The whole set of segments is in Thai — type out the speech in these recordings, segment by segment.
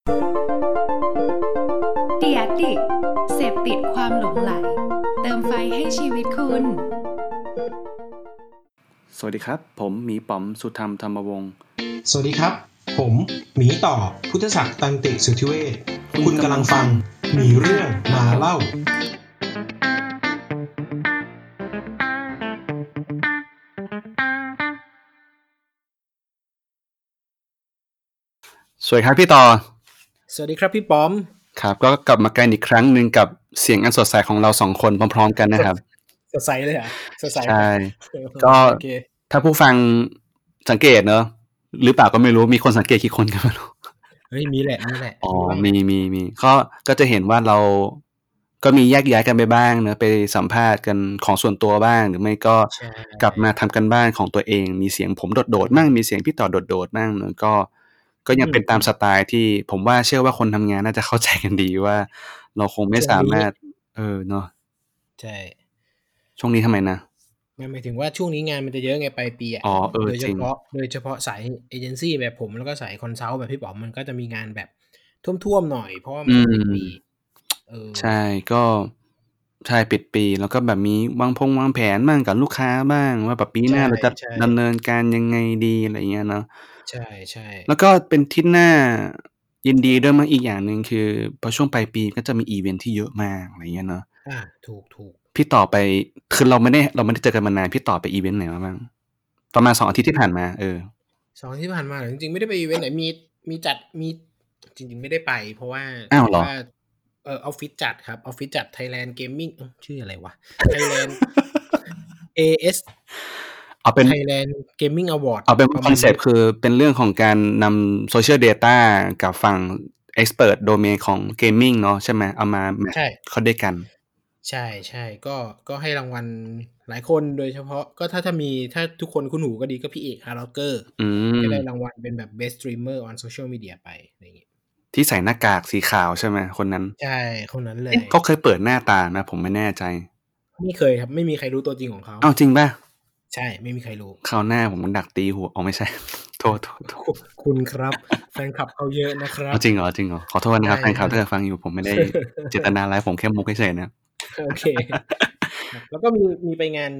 เดียดิเสพติดความหลงใหลเติมไฟให้ชีวิตคุณสวัสดีครับผมหมีป๋อมสุธรรมธรรมวงศ์สวัสดีครับผมหมีต่อพุทธศักดิ์ตันติสุทธิเวชคุณกำลังฟังมีเรื่องมาเล่าสวัสดีครับพี่ต่อสวัสดีครับพี่ป๋อมครับก็กลับมากันอีกครั้งหนึ่งกับเสียงอันสดใสของเราสองคนพร้อมๆกันนะครับสดใสเลยอ่ะสดใสใช่ก็ถ้าผู้ฟังสังเกตเนอะหรือเปล่าก็ไม่รู้มีคนสังเกตกี่คนกันไม่รู้เฮ้ยมีแหละอ๋อมีก็จะเห็นว่าเราก็มีแยกย้ายกันไปบ้างเนอะไปสัมภาษณ์กันของส่วนตัวบ้างหรือไม่ก็กลับมาทำกันบ้านของตัวเองมีเสียงผมโดดๆบ้างมีเสียงพี่ต่อโดดๆบ้างเนอะก็ยังเป็นตามสไตล์ที่ผมว่าเชื่อว่าคนทำงานน่าจะเข้าใจกันดีว่าเราคงไม่สามารถเนาะใช่ช่วงนี้ทำไมนะหมายถึงว่าช่วงนี้งานมันจะเยอะไงปลายปีอ่ะโดยเฉพาะสายเอเจนซี่แบบผมแล้วก็สายคอนซัลท์แบบพี่ป๋อมมันก็จะมีงานแบบท่วมๆหน่อยเพราะว่ามันปิดปีใช่ก็ใช่ปิดปีแล้วก็แบบมีวางแผนบ้างกับลูกค้าบ้างว่าแบบปีหน้าเราจะดำเนินการยังไงดีอะไรเงี้ยเนาะใช่แล้วก็เป็นที่น่ายินดีด้วยมั้งอีกอย่างนึงคือพอช่วงปลายปีก็จะมีอีเวนท์ที่เยอะมากอะไรเงี้ยเนาะถูกพี่ต่อไปคือเราไม่ได้เจอกันมานานพี่ต่อไปอีเวนท์ไหนมาบ้างประมาณ2อาทิตย์ที่ผ่านมา 2อาทิตย์ที่ผ่านมาจริงๆไม่ได้ไปอีเวนท์ไหนมีจัดมีจริงๆไม่ได้ไปเพราะว่าอ้าวเหรอออฟฟิศจัดครับออฟฟิศจัด Thailand Gaming ชื่ออะไรวะ Thailand AS เอาเป็น Thailand Gaming Award เอาเป็นคอนเซปต์คือเป็นเรื่องของการนำ Social Data กับฝั่ง Expert Domain ของ Gaming เนาะใช่ไหมเอามาแมทช์เข้าด้วยกันใช่ก็ให้รางวัลหลายคนโดยเฉพาะก็ถ้าทุกคนคุ้นหูก็ดีก็พี่เอกฮาร์ล็อกเกอร์ก็ได้รางวัลเป็นแบบ Best Streamer on Social Media ไปอะไรอย่างงี้ที่ใส่หน้ากากสีขาวใช่ไหมคนนั้นใช่คนนั้นเลยเขาเคยเปิดหน้าตานะผมไม่แน่ใจไม่เคยครับไม่มีใครรู้ตัวจริงของเขาอ้าวจริงป่ะใช่ไม่มีใครรู้คราวหน้าผมดักตีหัวอ๋อไม่ใช่โทษคุณครับแฟนคลับเขาเยอะนะครับจริงเหรอขอโทษนะครับแฟนคลับถ้าเกิดฟังอยู่ผมไม่ได้เจตนาร้ายผมแค่มุกเฉยๆนะโอเคแล้วก็มีไปงาน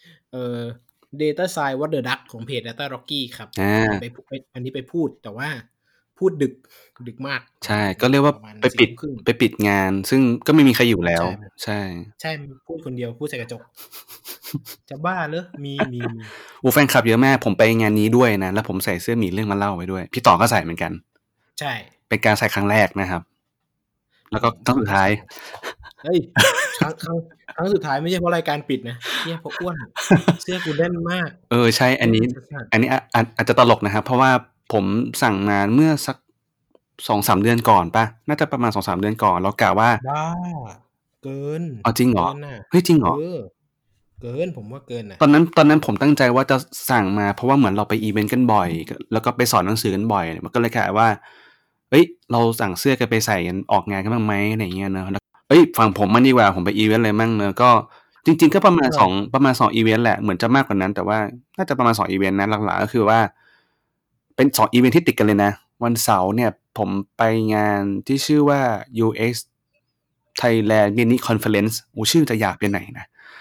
Data Science What the Duck ของเพจ Data Rocky ครับอันนี้ไปพูดแต่ว่าพูดดึกมากใช่ก็เรียกว่าไปปิดงานซึ่งก็ไม่มีใครอยู่แล้วใช่พูดคนเดียวพูดใส่กระจกจะบ้าเหรอมีแฟนคลับเยอะมากผมไปงานนี้ด้วยนะแล้วผมใส่เสื้อหมีเรื่องมาเล่าไว้ด้วยพี่ต่อก็ใส่เหมือนกันใช่เป็นการใส่ครั้งแรกนะครับแล้วก็ครั้งสุดท้ายเฮ้ยครั้งสุดท้ายไม่ใช่เพราะรายการปิดนะเนี่ยเพราะอ้วนเสื้อกูแน่นมากใช่อันนี้อาจจะตลกนะครับเพราะว่าผมสั่งมาเมื่อสัก 2-3 เดือนก่อนป่ะน่าจะประมาณ 2-3 เดือนก่อนแล้วกะว่าบ้าเกินจริงเหรอเฮ้ยจริงเหรอเกินผมว่าเกินน่ะตอนนั้นผมตั้งใจว่าจะสั่งมาเพราะว่าเหมือนเราไปอีเวนต์กันบ่อยแล้วก็ไปสอนหนังสือกันบ่อยมันก็เลยกลายว่าเฮ้ยเราสั่งเสื้อกันไปใส่กันออกงานกันบ้างไหมอะไรอย่างเงี้ยเนอะฝั่งผมมันดีกว่าผมไปอีเวนต์อะไรมั่งเนอะก็จริงๆก็ประมาณ2อีเวนต์แหละเหมือนจะมากกว่านั้นแต่ว่าน่าจะประมาณ2อีเวนต์นะหลักๆก็คือว่าเป็น2อีเวนต์ที่ติดกันเลยนะวันเสาร์เนี่ยผมไปงานที่ชื่อว่า UX Thailand Mini Conference ชื่อจะยาวไปไหนนะ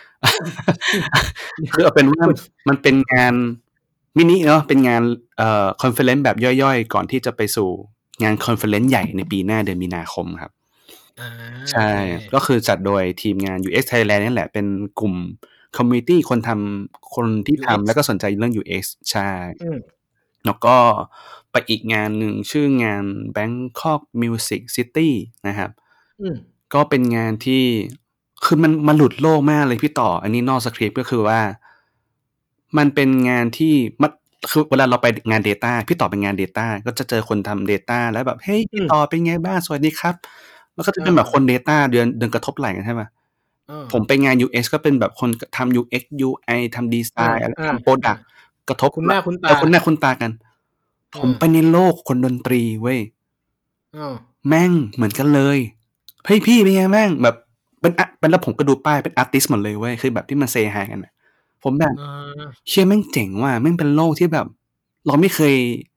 คือเอาเป็นว่ามันเป็นงานมินิเนาะเป็นงานคอนเฟอเรนซ์แบบย่อยๆก่อนที่จะไปสู่งานคอนเฟอเรนซ์ใหญ่ในปีหน้าเดือนมีนาคมครับใช่ก็คือจัดโดยทีมงาน UX Thailand นี่แหละเป็นกลุ่มคอมมูนิตี้คนที่ทำแล้วก็สนใจเรื่อง UX ใช่แล้วก็ไปอีกงานหนึ่งชื่องาน Bangkok Music City นะครับก็เป็นงานที่คือมันหลุดโลกมากเลยพี่ต่ออันนี้นอกสคริปต์ก็คือว่ามันเป็นงานที่คือเวลาเราไปงาน Data พี่ต่อเป็นงาน Data ก็จะเจอคนทำ Data แล้วแบบเฮ้ยพี่ต่อเป็นไงบ้างสวัสดีครับแล้วก็จะเป็นแบบคน Data เดินกระทบไหล่กันใช่ไหมผมไปงาน UX ก็เป็นแบบคนทำ UX UI ทำดีไซน์อะไรทำ Product กระทบคุณหน้าคุณตากันผมไปในโลกคนดนตรีเว้ยแม่งเหมือนกันเลยเฮ้ยพี่เป็นไงแม่งแบบเป็นแล้วผมก็ดูป้ายเป็นอาร์ติสต์หมดเลยเว้ยคือแบบที่มันเซฮายกันผมแบบเชื่อแม่งเจ๋งว่ะแม่งเป็นโลกที่แบบเราไม่เค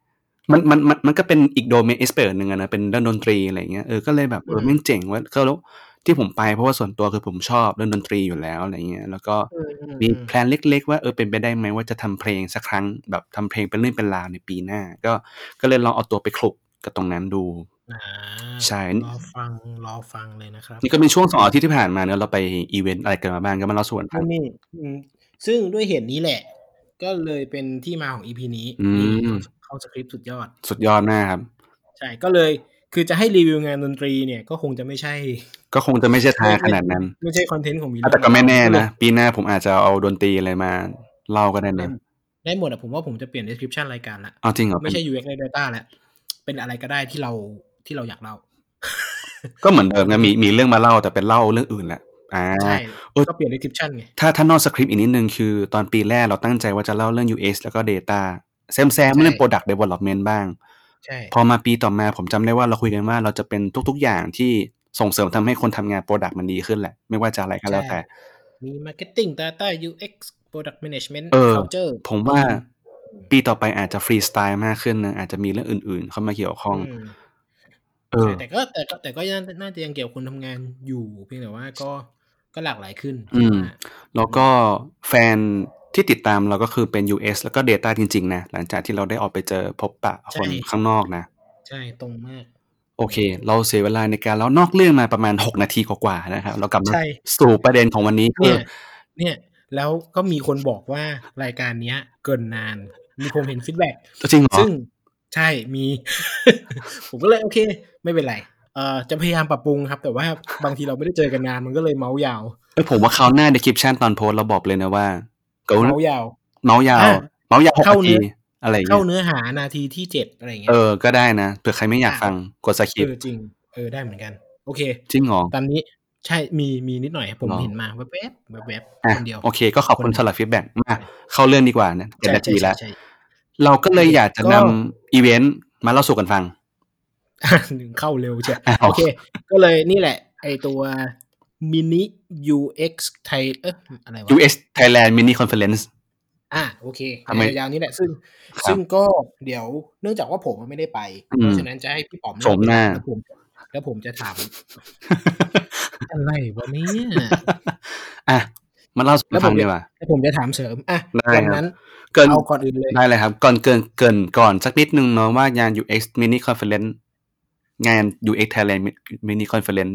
มันก็เป็นอีกโดเมนเอ็กซ์เพรสนึงนะเป็นด้านดนตรีอะไรเงี้ยก็เลยแบบแม่งเจ๋งว่าก็แล้วที่ผมไปเพราะว่าส่วนตัวคือผมชอบเรื่องดนตรีอยู่แล้วอะไรเงี้ยแล้วก็มีแพลนเล็กๆว่าเป็นไปได้ไหมว่าจะทำเพลงสักครั้งแบบทำเพลงเป็นเรื่องเป็นราวในปีหน้าก็เลยลองเอาตัวไปคลุกกับตรงนั้นดูใช่รอฟังเลยนะครับนี่ก็เป็นช่วง2 อาทิตย์ที่ผ่านมาเนอะเราไปอีเวนต์อะไรกันมาบ้างก็มาเล่าสู่กันฟังนี่ซึ่งด้วยเหตุนี้แหละก็เลยเป็นที่มาของ EP นี้เข้าสคริปต์สุดยอดมากครับใช่ก็เลยคือจะให้รีวิวงานดนตรีเนี่ยก็คงจะไม่ใช่ทางขนาดนั้นไม่ใช่คอนเทนต์ของมีแต่ก็ไม่แน่นะปีหน้าผมอาจจะเอาดนตรีอะไรมาเล่าก็ได้นะได้หมดผมว่าผมจะเปลี่ยน description รายการละจริงเหรอไม่ใช่ UX Data แล้วเป็นอะไรก็ได้ที่เราอยากเล่าก็เหมือนเดิมนะมีเรื่องมาเล่าแต่เป็นเล่าเรื่องอื่นแหละใช่ก็เปลี่ยน description ไงถ้านอกสคริปต์อีกนิดนึงคือตอนปีแรกเราตั้งใจว่าจะเล่าเรื่อง UX แล้วก็ Data แซมเรื่อง Product Development บ้างใช่พอมาปีต่อมาผมจำได้ว่าเราคุยกันว่าเราจะเป็นทุกๆอย่างที่ส่งเสริมทำให้คนทำงาน Product มันดีขึ้นแหละไม่ว่าจะอะไรก็แล้วแต่มี Marketing Data UX Product Management Culture ผมว่าปีต่อไปอาจจะฟรีสไตล์มากขึ้นนะอาจจะมีเรื่องอื่นๆเข้ามาเกี่ยวข้องแต่ก็น่าจะยังเกี่ยวกับคนทำงานอยู่เพียงแต่ว่าก็หลากหลายขึ้นแล้วก็แฟนที่ติดตามเราก็คือเป็น US แล้วก็ Data จริงๆนะหลังจากที่เราได้ออกไปเจอพบปะคนข้างนอกนะใช่ตรงมากโอเคเราเสียเวลาในการเล่านอกเรื่องมาประมาณ6 นาทีกว่าๆนะครับเรากลับมาสู่ประเด็นของวันนี้คือเนี่ยแล้วก็มีคนบอกว่ารายการนี้เกินนานมีผมเห็นฟีดแบ็กจริงเหรอซึ่งใช่มี ผมก็เลยโอเคไม่เป็นไรจะพยายามปรับปรุงครับแต่ว่าบางทีเราไม่ได้เจอกันนานมันก็เลยเมาส์ยาวผมว่าคราวหน้า description ตอนโพสเราบอกเลยนะว่าเมาส์ยาว 6 นาทีอะไรเข้าเนื้อหานาทีที่7อะไรอย่างเงี้ยก็ได้นะเผื่อใครไม่อยากฟังกดสคิปจริงได้เหมือนกันโอเคจริงเหรอตอนนี้ใช่มีนิดหน่อยผมเห็นมาแวบคนเดียวโอเคก็ขอบคุณสำหรับฟีดแบ็กมาเข้าเรื่องดีกว่านะ7 นาทีแล้วเราก็เลยอยากจะนำอีเวนต์มาเล่าสู่กันฟังเข้าเร็วใช่โอเคก็เลยนี่แหละไอตัวมินิ UX ไทยอะไรวะ UX Thailand Mini Conference โอเคยาวๆนี้แหละซึ่งก็เดี๋ยวเนื่องจากว่าผมไม่ได้ไปเพราะฉะนั้นจะให้พี่ป๋อมชมหน้าแล้วผมจะถามอะไรวะเนี่ยมาเล่าสู่กันฟังดีกว่าแล้วผมจะถามเสริมดังนั้นเอาก่อนอื่นเลยได้เลยครับก่อนสักนิดนึงเนาะว่างาน UX Mini Conference งาน UX Thailand Mini Conference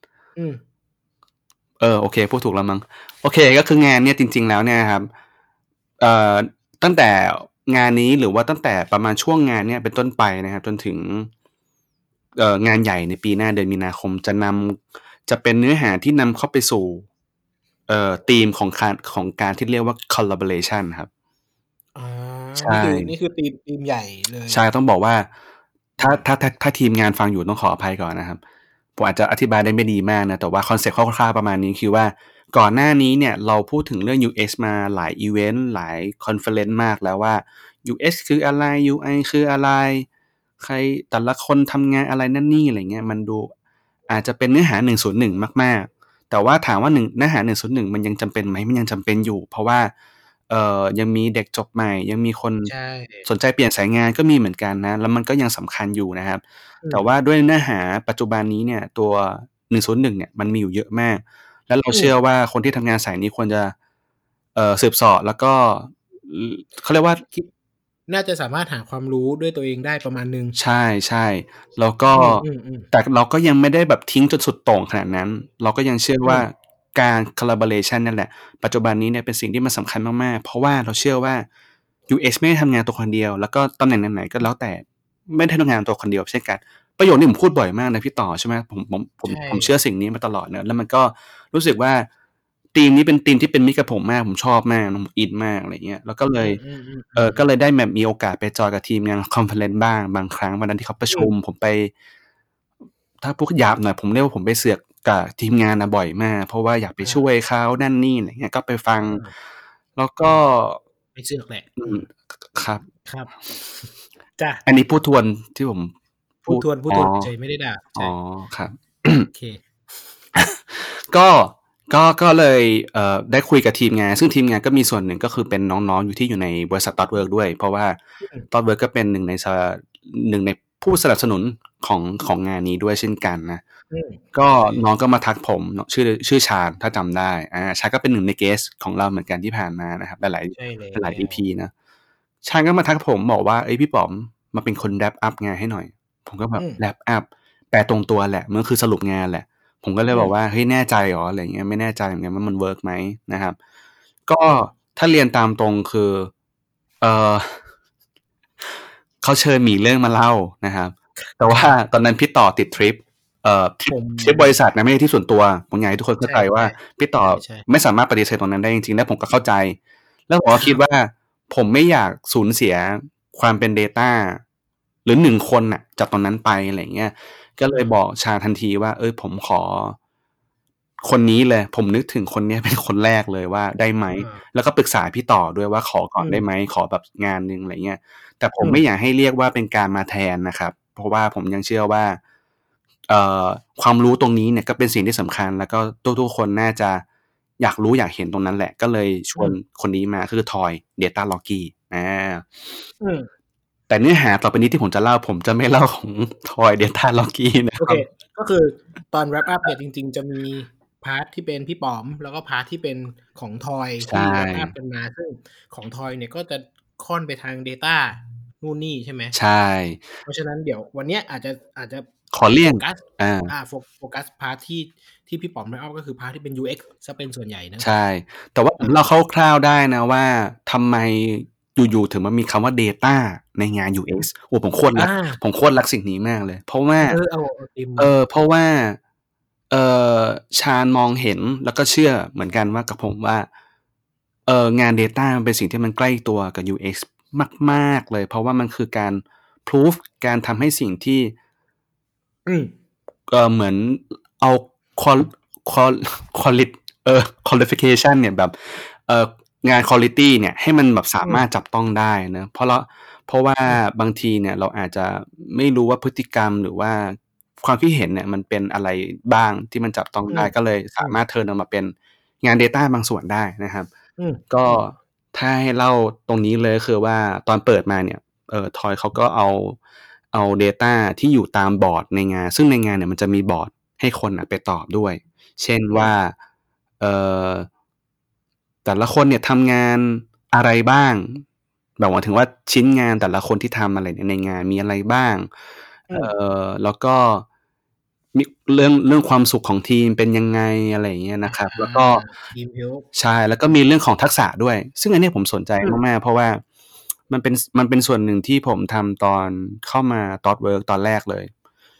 โอเคพูดถูกแล้วมั้งโอเคก็คืองานเนี่ยจริงๆแล้วเนี่ยครับตั้งแต่งานนี้หรือว่าตั้งแต่ประมาณช่วงงานเนี่ยเป็นต้นไปนะครับจนถึงงานใหญ่ในปีหน้าเดือนมีนาคมจะเป็นเนื้อหาที่นำเข้าไปสู่ธีมของการที่เรียกว่า collaboration ครับใช่นี่คือธีมใหญ่เลยใช่ต้องบอกว่าถ้าทีมงานฟังอยู่ต้องขออภัยก่อนนะครับผมอาจจะอธิบายได้ไม่ดีมากนะแต่ว่าคอนเซ็ปต์คร่าวๆประมาณนี้คือว่าก่อนหน้านี้เนี่ยเราพูดถึงเรื่อง UX มาหลายอีเวนต์หลายคอนเฟอเรนซ์มากแล้วว่า UX คืออะไร UI คืออะไรใครแต่ละคนทำงานอะไรนั่นนี่อะไรเงี้ยมันดูอาจจะเป็นเนื้อหา101มากๆแต่ว่าถามว่าเนื้อหา101มันยังจำเป็นไหมมันยังจำเป็นอยู่เพราะว่ายังมีเด็กจบใหม่ยังมีคนสนใจเปลี่ยนสายงานก็มีเหมือนกันนะแล้วมันก็ยังสำคัญอยู่นะครับแต่ว่าด้วยเนื้อหาปัจจุบันนี้เนี่ยตัว101เนี่ยมันมีอยู่เยอะมากแล้วเราเชื่อว่าคนที่ทำงานสายนี้ควรจะสืบเสาะแล้วก็เขาเรียกว่าน่าจะสามารถหาความรู้ด้วยตัวเองได้ประมาณนึงใช่ๆแล้วก็แต่เราก็ยังไม่ได้แบบทิ้งจนสุดโต่งขนาดนั้นเราก็ยังเชื่อว่าการ collaboration นั่นแหละปัจจุบันนี้เนี่ยเป็นสิ่งที่มันสำคัญมากๆเพราะว่าเราเชื่อว่า UX ไม่ได้ทำงานตัวคนเดียวแล้วก็ตำแหน่งไหนๆก็แล้วแต่ไม่ได้ทำงานตัวคนเดียวเช่นกันประโยคนี้ผมพูดบ่อยมากนะพี่ต่อใช่ไหมผมเชื่อสิ่งนี้มาตลอดเนอะแล้วมันก็รู้สึกว่าทีมนี้เป็นทีมที่เป็นมิตรกับผมมากผมชอบมากผมอินมากอะไรเงี้ยแล้วก็เลยได้แบบมีโอกาสไปจอยกับทีมงานคอนเฟอเรนซ์บ้างบางครั้งวันนั้นที่เขาประชุมผมไปถ้าพูดหยาบหน่อยผมเรียกว่าผมไปเสือกกับทีมงานนะบ่อยมากเพราะว่าอยากไปช่วยเขานั่นนี่อะไรเงี้ยก็ไปฟังแล้วก็ไปเสือกแหละครับจ้ะอันนี้พูดทวนที่ผมพูดทวนใจไม่ได้ด่าครับโอเคก็เลยได้คุยกับทีมงานซึ่งทีมงานก็มีส่วนหนึ่งก็คือเป็นน้องๆอยู่ในบริษัท Thoughtworks ด้วยเพราะว่า Thoughtworks ก็เป็นหนึ่งในหนึ่งในผู้สนับสนุนของงานนี้ด้วยเช่นกันนะก็น้องก็มาทักผมชื่อชาญถ้าจำได้ชาญก็เป็นหนึ่งในเกสของเราเหมือนกันที่ผ่านมานะครับหลาย EP นะชาญก็มาทักผมบอกว่าพี่ป๋อมมาเป็นคนแรปอัพงานให้หน่อยผมก็แบบแรปอัพแปลตรงตัวแหละมันคือสรุปงานแหละผมก็เลยบอกว่าเฮ้ยแน่ใจหรออะไรเงี้ยไม่แน่ใจเหมือนกันว่ามันเวิร์กไหมนะครับก็ถ้าเรียนตามตรงคือเขาเชิญหมีเรื่องมาเล่านะครับแต่ว่าตอนนั้นพี่ต่อติดทริปทริปบริษัทนะไม่ใช่ที่ส่วนตัวผมอยากให้ทุกคนเข้าใจว่าพี่ต่อไม่สามารถปฏิเสธตรงนั้นได้จริงๆแล้วผมก็เข้าใจแล้วผมก็คิดว่าผมไม่อยากสูญเสียความเป็น data หรือ1คนน่ะจากตรงนั้นไปอะไรเงี้ยก็เลยบอกชาทันทีว่าผมขอคนนี้เลยผมนึกถึงคนนี้เป็นคนแรกเลยว่าได้ไหมแล้วก็ปรึกษาพี่ต่อด้วยว่าขอก่อนได้ไหมขอแบบงานนึงอะไรเงี้ยแต่ผมไม่อยากให้เรียกว่าเป็นการมาแทนนะครับเพราะว่าผมยังเชื่อว่าความรู้ตรงนี้เนี่ยก็เป็นสิ่งที่สำคัญแล้วก็ทุกคนน่าจะอยากรู้อยากเห็นตรงนั้นแหละก็เลยชวนคนนี้มาคือทอย Data Logi แต่เนื้อหาต่อไปนี้ที่ผมจะเล่าผมจะไม่เล่าของทอย Data Logi นะครับก็คือตอน wrap up เนี่ยจริงๆจะมีพาร์ทที่เป็นพี่ป๋อมแล้วก็พาร์ทที่เป็นของทอยที่ wrap up กันมาซึ่งของทอยเนี่ยก็จะค่อนไปทาง data นู่นนี่ใช่ไหมใช่เพราะฉะนั้นเดี๋ยววันนี้อาจจะขอเลี่ยงโฟกัสพาร์ทที่พี่ป๋อม wrap up ก็คือพาร์ทที่เป็น UX จะเป็นส่วนใหญ่นะใช่แต่ว่าเราคร่าวๆได้นะว่าทำไมอยู่ๆถึงมันมีคำว่า data ในงาน UX ผมโคตรรักสิ่งนี้มากเลยเพราะว่าเพราะว่าชาญมองเห็นแล้วก็เชื่อเหมือนกันว่ากับผมว่างาน data มันเป็นสิ่งที่มันใกล้ตัวกับ UX มากๆเลยเพราะว่ามันคือการ proof การทำให้สิ่งที่เหมือนเอา qualification เนี่ยแบบงาน quality เนี่ยให้มันแบบสามารถจับต้องได้นะเพราะว่าบางทีเนี่ยเราอาจจะไม่รู้ว่าพฤติกรรมหรือว่าความคิดเห็นเนี่ยมันเป็นอะไรบ้างที่มันจับต้องได้ก็เลยสามารถเทิร์นออกมาเป็นงาน data บางส่วนได้นะครับก็ถ้าให้เล่าตรงนี้เลยคือว่าตอนเปิดมาเนี่ยทอยเขาก็เอา data ที่อยู่ตามบอร์ดในงานซึ่งในงานเนี่ยมันจะมีบอร์ดให้คนไปตอบด้วยเช่นว่าแต่ละคนเนี่ยทำงานอะไรบ้างแบบว่าถึงว่าชิ้นงานแต่ละคนที่ทำอะไรในงานมีอะไรบ้างแล้วก็มีเรื่องความสุขของทีมเป็นยังไงอะไรอย่างเงี้ยนะครับแล้วก็ใช่แล้วก็มีเรื่องของทักษะด้วยซึ่งอันนี้ผมสนใจมากๆเพราะว่ามันเป็นส่วนหนึ่งที่ผมทำตอนเข้ามาตอดเวิร์กตอนแรกเลย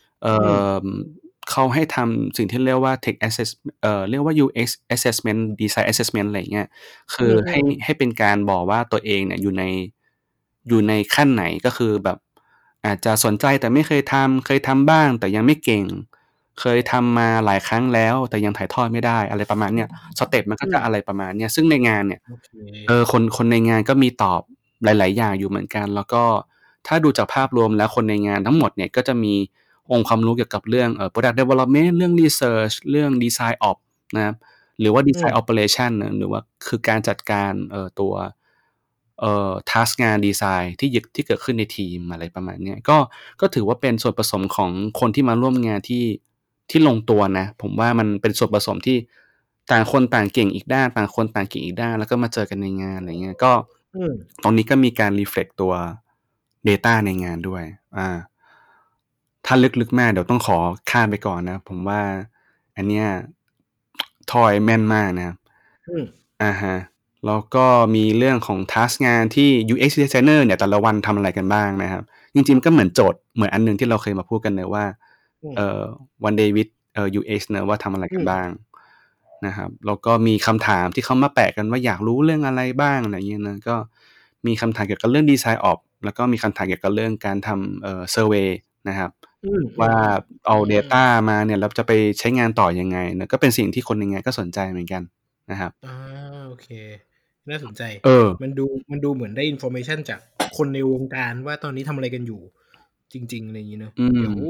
เขาให้ทำสิ่งที่เรียกว่า tech assess เรียกว่า UX assessment design assessment อะไรเงี้ยคือให้เป็นการบอกว่าตัวเองเนี่ยอยู่ในขั้นไหนก็คือแบบอาจจะสนใจแต่ไม่เคยทำบ้างแต่ยังไม่เก่งเคยทำมาหลายครั้งแล้วแต่ยังถ่ายทอดไม่ได้อะไรประมาณเนี้ยสเต็ปมันก็จะอะไรประมาณเนี้ยซึ่งในงานเนี่ยคนในงานก็มีตอบหลายๆอย่างอยู่เหมือนกันแล้วก็ถ้าดูจากภาพรวมแล้วคนในงานทั้งหมดเนี่ยก็จะมีองค์ความรู้เกี่ยวกับเรื่องproduct development เรื่อง research เรื่อง design op นะครับหรือว่า design operation หรือว่าคือการจัดการตัวtask งาน design ที่เกิดขึ้นในทีมอะไรประมาณนี้ก็ถือว่าเป็นส่วนผสมของคนที่มาร่วมงานที่ลงตัวนะผมว่ามันเป็นส่วนผสมที่ต่างคนต่างเก่งอีกด้านต่างคนต่างเก่งอีกด้านแล้วก็มาเจอกันในงานอะไรเงี้ยก็ตรงนี้ก็มีการ reflect ตัว data ในงานด้วยถ้าลึกๆมากเดี๋ยวต้องขอข้ามไปก่อนนะผมว่าอันเนี้ยทอยแม่นมากนะครับฮะแล้วก็มีเรื่องของ task งานที่ UX designer เนี่ยแต่ละวันทำอะไรกันบ้างนะครับจริงๆมันก็เหมือนโจทย์เหมือนอันนึงที่เราเคยมาพูดกันเลยว่าone day with UX นะว่าทำอะไรกันบ้างนะครับแล้วก็มีคำถามที่เขามาแปะกันว่าอยากรู้เรื่องอะไรบ้างอะไรเงี้ยนะก็มีคำถามเกี่ยวกับเรื่อง design op แล้วก็มีคำถามเกี่ยวกับเรื่องการทำsurvey นะครับว่าเอา data มาเนี่ยแล้วจะไปใช้งานต่อยังไงนะก็เป็นสิ่งที่คนในงานก็สนใจเหมือนกันนะครับโอเคน่าสนใจมันดูเหมือนได้ information จากคนในวงการว่าตอนนี้ทำอะไรกันอยู่จริงๆอะไรอย่างนี้เนอะเดี๋ยว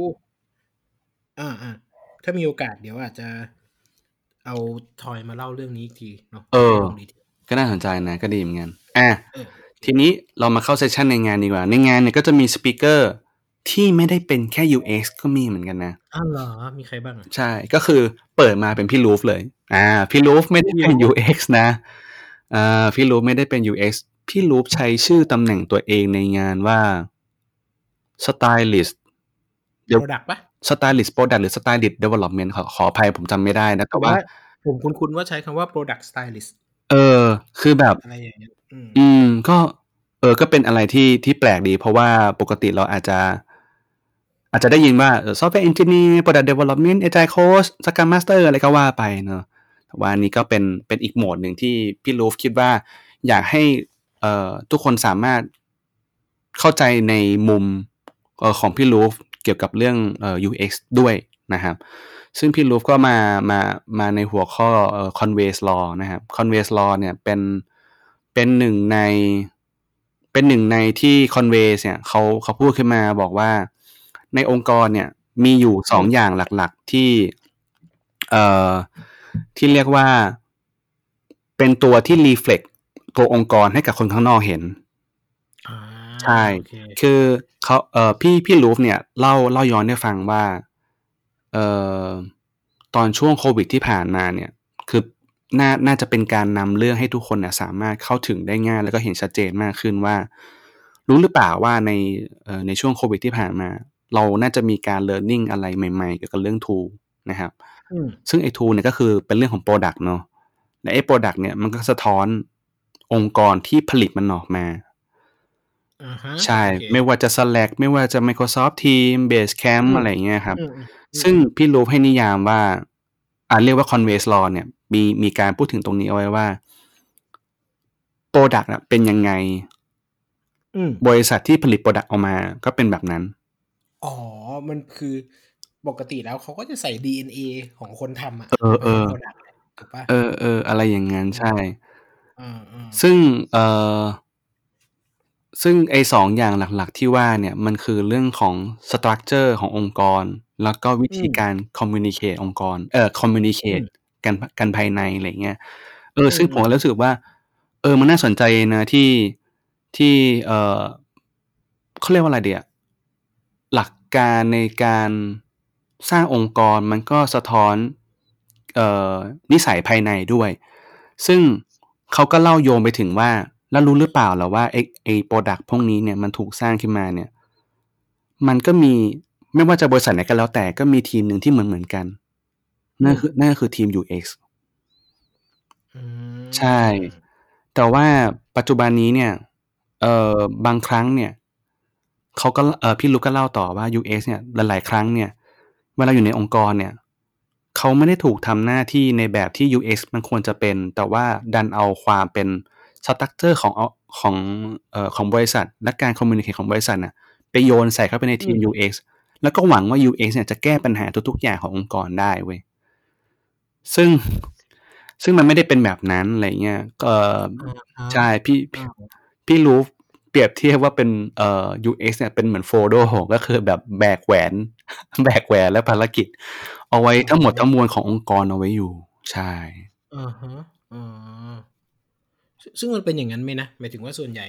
ถ้ามีโอกาสเดี๋ยวอาจจะเอาทอยมาเล่าเรื่องนี้อีกทีเนาะก็น่าสนใจนะก็ดีเหมือนกันทีนี้เรามาเข้าเซสชั่นในงานดีกว่าในงานเนี่ยก็จะมีสปีกเกอร์ที่ไม่ได้เป็นแค่ UX ก็มีเหมือนกันนะอ้าวเหรอมีใครบ้างใช่ก็คือเปิดมาเป็นพี่ลูฟเลยพี่ลูฟไม่ได้เป็น UX นะพี่ลูฟไม่ได้เป็น UX พี่ลูฟใช้ชื่อตำแหน่งตัวเองในงานว่า Stylist Product ปะ Stylist Product หรือ Stylist Development ขออภัยผมจำไม่ได้นะแต่ว่าผมคุ้นๆว่าใช้คำว่า Product Stylist คือแบบอะไรอย่างเงี้ยก็เป็นอะไรที่แปลกดีเพราะว่าปกติเราอาจจะได้ยินว่าSoftware Engineer Product Development Agile Coach Scrum Master อะไรก็ว่าไปเนอะแต่ว่านี้ก็เป็นอีกโหมดหนึ่งที่พี่ลูฟคิดว่าอยากให้ทุกคนสามารถเข้าใจในมุมของพี่ลูฟเกี่ยวกับเรื่องUX ด้วยนะครับซึ่งพี่ลูฟก็มาในหัวข้อConway's Law นะครับ Conway's Law เนี่ยเป็นหนึ่งในที่ Conway เนี่ยเขาพูดขึ้นมาบอกว่าในองค์กรเนี่ยมีอยู่2อย่างหลักๆที่เรียกว่าเป็นตัวที่ reflect ตัวองค์กรให้กับคนข้างนอกเห็นใช่คือเขาพี่ลูฟเนี่ยเล่าย้อนให้ฟังว่าตอนช่วงโควิดที่ผ่านมาเนี่ยคือน่าจะเป็นการนำเรื่องให้ทุกคนเนี่ยสามารถเข้าถึงได้ง่ายแล้วก็เห็นชัดเจนมากขึ้นว่ารู้หรือเปล่าว่าในช่วงโควิดที่ผ่านมาเราน่าจะมีการ learning อะไรใหม่ๆเกี่ยวกับเรื่อง tool นะครับซึ่งไอ้ tool เนี่ยก็คือเป็นเรื่องของ product เนาะและไอ้ product เนี่ยมันก็สะท้อนองค์กรที่ผลิตมันออกมาใช่ไม่ว่าจะ Slack ไม่ว่าจะ Microsoft Teams Basecamp อะไรเงี้ยครับซึ่งพี่ลูฟให้นิยามว่าเรียกว่า Conway's Law เนี่ยมีการพูดถึงตรงนี้เอาไว้ว่า Product เป็นยังไงบริษัทที่ผลิต Product ออกมาก็เป็นแบบนั้นมันคือปกติแล้วเขาก็จะใส่ DNA ของคนทำProduct ถูกปะอะไรอย่างนั้นใช่ซึ่งไอ้2อย่างหลักๆที่ว่าเนี่ยมันคือเรื่องของ structure ขององค์กรแล้วก็วิธีการ communicate องค์กรcommunicate กันภายในอะไรเงี้ยซึ่งผมรู้สึกว่ามันน่าสนใจนะที่เขาเรียกว่าอะไรเดียหลักการในการสร้างองค์กรมันก็สะท้อนนิสัยภายในด้วยซึ่งเขาก็เล่าโยงไปถึงว่าแล้วรู้หรือเปล่าล่ะว่าไอ้ product พวกนี้เนี่ยมันถูกสร้างขึ้นมาเนี่ยมันก็มีไม่ว่าจะบริษัทไหนก็แล้วแต่ก็มีทีมหนึ่งที่เหมือนกันนั่นคือทีม UX ใช่แต่ว่าปัจจุบันนี้เนี่ยบางครั้งเนี่ยเขาก็พี่ลูกก็เล่าต่อว่า UX เนี่ยหลายๆครั้งเนี่ยเวลาอยู่ในองค์กรเนี่ยเขาไม่ได้ถูกทำหน้าที่ในแบบที่ UX มันควรจะเป็นแต่ว่าดันเอาความเป็นสตรัคเจอร์ของบริษัทและการคอมมูนิเคชของบริษัทน่ะไปโยนใส่เข้าไปในทีม UX แล้วก็หวังว่า UX เนี่ยจะแก้ปัญหาทุกๆอย่างขององค์กรได้เว้ยซึ่งมันไม่ได้เป็นแบบนั้นอะไรเงี้ยก็ใช่พี่รู้เปรียบเทียบว่าเป็นUX เนี่ยเป็นเหมือนโฟโดก็คือแบบแบกแหวนและภารกิจเอาไว้ทั้งหมดทั้งมวลขององค์กรเอาไว้อยู่ใช่ซึ่งมันเป็นอย่างนั้นไหมนะหมายถึงว่าส่วนใหญ่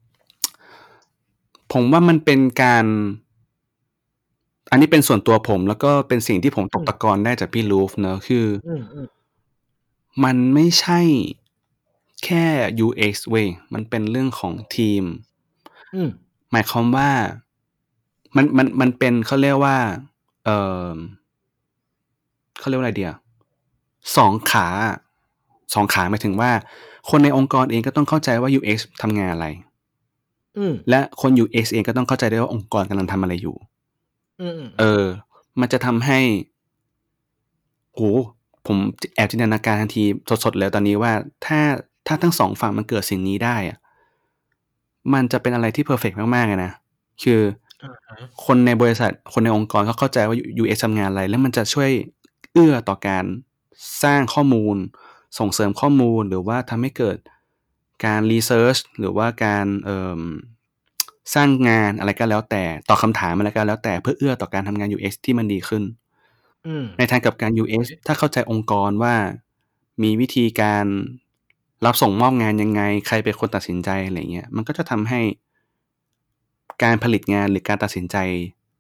ผมว่ามันเป็นการอันนี้เป็นส่วนตัวผมแล้วก็เป็นสิ่งที่ผมตกตะกอนได้จากพี่ลูฟเนอะคือมันไม่ใช่แค่ UX เว้ยมันเป็นเรื่องของทีมหมายความว่ามันเป็นเขาเรียกว่าเขาเรียกว่าอะไรเดียวสองขาหมายถึงว่าคนในองค์กรเองก็ต้องเข้าใจว่า UX ทำงานอะไรและคน UX เองก็ต้องเข้าใจได้ว่าองค์กรกำลังทำอะไรอยู่มันจะทำให้ผมแอบจินตนาการทันทีสดๆเลยตอนนี้ว่าถ้าทั้งสองฝั่งมันเกิดสิ่งนี้ได้อะมันจะเป็นอะไรที่เพอร์เฟกต์มากๆเลยนะคือคนในบริษัทคนในองค์กรเขาเข้าใจว่า UX ทำงานอะไรแล้วมันจะช่วยเอื้อต่อการสร้างข้อมูลส่งเสริมข้อมูลหรือว่าทำให้เกิดการรีเสิร์ชหรือว่าการสร้างงานอะไรก็แล้วแต่ตอบคำถามอะไรก็แล้วแต่เพื่อเอื้อต่อการทำงาน UX ที่มันดีขึ้นในทางกับการ UX ถ้าเข้าใจองค์กรว่ามีวิธีการรับส่งมอบงานยังไงใครเป็นคนตัดสินใจอะไรเงี้ยมันก็จะทำให้การผลิตงานหรือการตัดสินใจ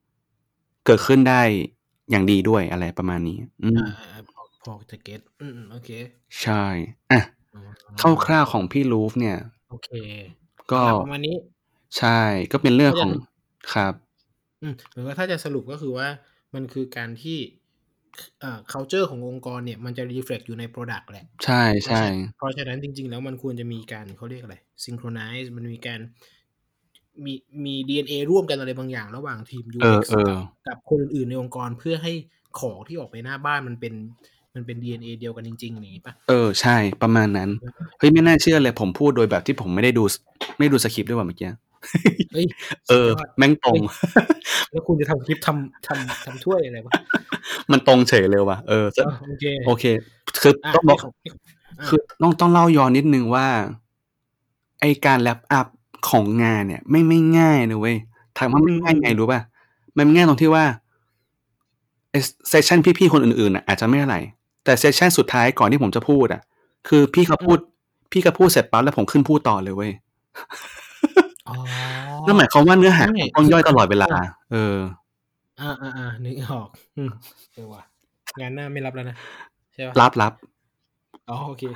เกิดขึ้นได้อย่างดีด้วยอะไรประมาณนี้พอจะเก็ตโอเคใช่คร่าวๆของพี่ลูฟเนี่ยโอเคก็ประมาณนี้ใช่ก็เป็นเรื่องของครับหรือว่าถ้าจะสรุปก็คือว่ามันคือการที่culture ขององค์กรเนี่ยมันจะ reflect อยู่ใน product แหละใช่ใช่เพราะฉะนั้นจริงๆแล้วมันควรจะมีการเขาเรียกอะไร synchronize มันมีการมี DNA ร่วมกันอะไรบางอย่างระหว่างทีม UX กับคนอื่นๆในองค์กรเพื่อให้ของที่ออกไปหน้าบ้านมันเป็น DNA เดียวกันจริงๆนี่ป่ะใช่ประมาณนั้นเฮ้ยไม่น่าเชื่อเลยผมพูดโดยแบบที่ผมไม่ได้ดูสคริปต์ด้วยว่ะเมื่อกี้แม่งตรงแล้วคุณจะทำคลิปทำถ้วยอะไรวะมันตรงเฉยเลยว่ะโอเคคือต้องบอกคือต้องเล่าย้อนนิดนึงว่าไอการแรปอัพของงานเนี่ยไม่ง่ายนะเว้ยถามว่ามันง่ายไงรู้ป่ะมันง่ายตรงที่ว่าเซสชั่นพี่ๆคนอื่นๆอาจจะไม่เท่าไหร่แต่เซสชั่นสุดท้ายก่อนที่ผมจะพูดคือพี่ก็พูดเสร็จปั๊บแล้วผมขึ้นพูดต่อเลยเว้ยนั่นหมายความว่าเนื้อหาต้องย่อยตลอดเวลานึกออกว่ะงานหน้าไม่รับแล้วนะใช่ป่ะรับโอเค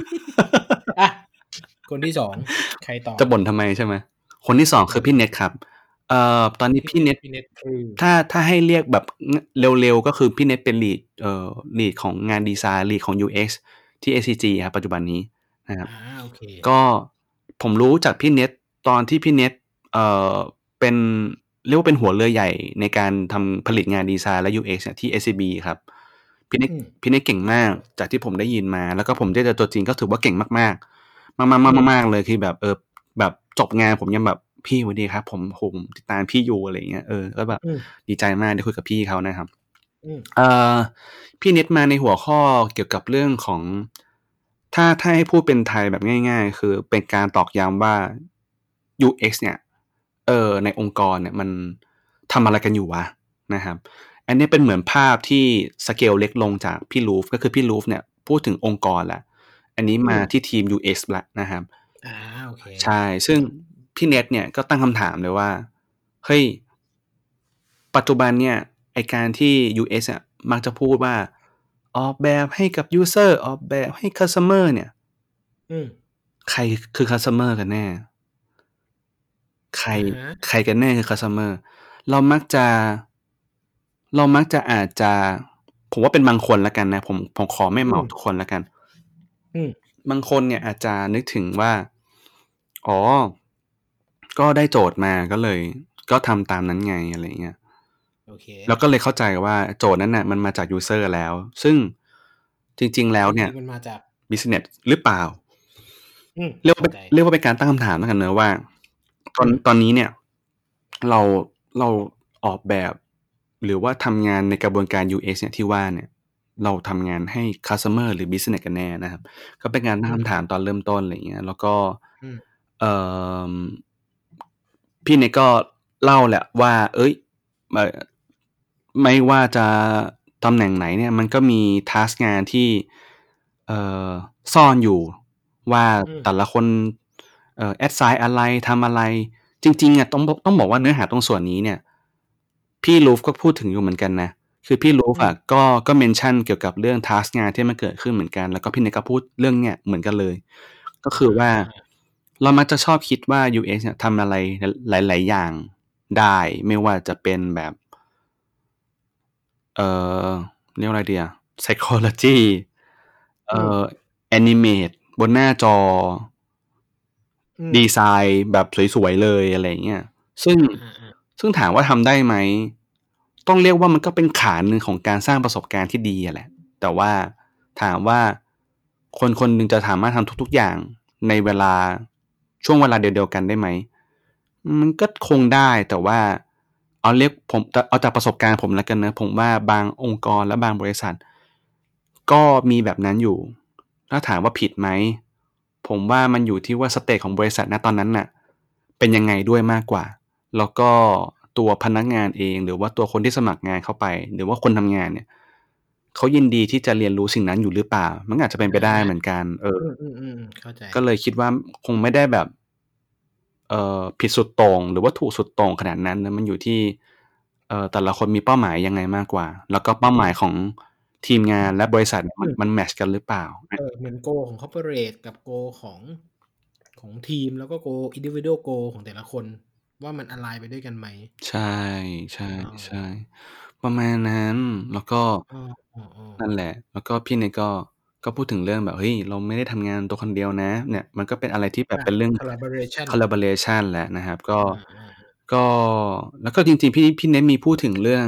คนที่2ใครต่อจะบ่นทำไมใช่ไหมคนที่2คือพี่เน็ตครับตอนนี้พี่เน็ตถ้าให้เรียกแบบเร็วๆก็คือพี่เน็ตเป็นลีดของงานดีไซน์ลีดของ UX ที่ ACG ครับปัจจุบันนี้นะครับโอเคก็ผมรู้จากพี่เน็ตตอนที่พี่เน็ตเป็นเรียกว่าเป็นหัวเรือใหญ่ในการทำผลิตงานดีไซน์และ UX ที่ ACB ครับพี่เน็ตเก่งมากจากที่ผมได้ยินมาแล้วก็ผมได้เจอตัวจริงก็ถือว่าเก่งมากๆเลยคือแบบแบบจบงานผมยังแบบพี่สวัสดีครับผมติดตามพี่อยู่อะไรเงี้ยก็แบบดีใจมากได้คุยกับพี่เขานะครับพี่เน็ตมาในหัวข้อเกี่ยวกับเรื่องของถ้าให้พูดเป็นไทยแบบง่ายๆคือเป็นการตอกย้ำว่า UX เนี่ยในองค์กรเนี่ยมันทำอะไรกันอยู่วะนะครับอันนี้เป็นเหมือนภาพที่สเกลเล็กลงจากพี่ลูฟก็คือพี่ลูฟเนี่ยพูดถึงองค์กรแหละอันนี้มาที่ทีม UX ละนะครับโอเคใช่ซึ่งพี่เน็ตเนี่ยก็ตั้งคำถามเลยว่าเฮ้ยปัจจุบันเนี่ยไอการที่ UX อ่ะมักจะพูดว่าออกแบบให้กับ user ออกแบบให้ customer เนี่ยใครคือ customer กันแน่ใครกันแน่คือ customer เรามักจะอาจจะผมว่าเป็นบางคนละกันนะผมขอไม่เหมาทุกคนละกันบางคนเนี่ยอาจจะนึกถึงว่าก็ได้โจทย์มาก็ทำตามนั้นไงอะไรเงี้ยแล้วก็เลยเข้าใจว่าโจทย์นั้นน่ะมันมาจาก user แล้วซึ่งจริงๆแล้วเนี่ยมันมาจาก business หรือเปล่าเรียกว่าเป็นการตั้งคำถามแล้วกันเนอะว่าตอนนี้เนี่ยเราออกแบบหรือว่าทำงานในกระบวนการ UX เนี่ยที่ว่าเนี่ยเราทำงานให้ customer หรือ business กันแน่นะครับก็เป็นการตั้งคำถามตอนเริ่มต้นอะไรเงี้ยแล้วก็พี่เนี่ยก็เล่าแหละว่าไม่ว่าจะตำแหน่งไหนเนี่ยมันก็มีทัสงานที่ซ่อนอยู่ว่าแต่ละคนแอดไซน์อะไรทำอะไรจริงๆอ่ะต้องบอกว่าเนื้อหาตรงส่วนนี้เนี่ยพี่ลูฟก็พูดถึงอยู่เหมือนกันนะคือพี่ลูฟอ่ะก็เมนชั่นเกี่ยวกับเรื่องทัสงานที่มันเกิดขึ้นเหมือนกันแล้วก็พี่เนี่ยก็พูดเรื่องเนี้ยเหมือนกันเลยก็คือว่าเรามักจะชอบคิดว่า UX เนี่ยทำอะไรหลายๆอย่างได้ไม่ว่าจะเป็นแบบเรียกอะไรดีอ่ะ psychology animate บนหน้าจอดีไซน์แบบสวยๆเลยอะไรเงี้ยซึ่งถามว่าทำได้ไหมต้องเรียกว่ามันก็เป็นขาหนึ่งของการสร้างประสบการณ์ที่ดีแหละแต่ว่าถามว่าคนหนึ่งจะสามารถทำทุกๆอย่างในช่วงเวลาเดียวกันได้ไหมมันก็คงได้แต่ว่าเอาจากประสบการณ์ผมแล้วกันนะผมว่าบางองค์กรและบางบริษัทก็มีแบบนั้นอยู่ถ้าถามว่าผิดไหมผมว่ามันอยู่ที่ว่าสเตจของบริษัทณตอนนั้นน่ะเป็นยังไงด้วยมากกว่าแล้วก็ตัวพนักงานเองหรือว่าตัวคนที่สมัครงานเข้าไปหรือว่าคนทำงานเนี่ยเขายินดีที่จะเรียนรู้สิ่งนั้นอยู่หรือเปล่ามันอาจจะเป็นไปได้เหมือนกันเข้าใจก็เลยคิดว่าคงไม่ได้แบบผิดสุดโต่งหรือว่าถูกสุดโต่งขนาดนั้นนะมันอยู่ที่แต่ละคนมีเป้าหมายยังไงมากกว่าแล้วก็เป้าหมายของทีมงานและบริษัทมันแมทช์กันหรือเปล่าเหมือนโกของ corporate กับโกของทีมแล้วก็โก individualโกของแต่ละคนว่ามันอไลน์ไปด้วยกันไหมใช่ๆประมาณนั้นแล้วก็นั่นแหละแล้วก็พี่เนี่ยก็พูดถึงเรื่องแบบเฮ้ยเราไม่ได้ทำงานตัวคนเดียวนะเนี่ยมันก็เป็นอะไรที่แบบเป็นเรื่อง collaboration แหละนะครับก็แล้วก็จริงๆพี่เน้นมีพูดถึงเรื่อง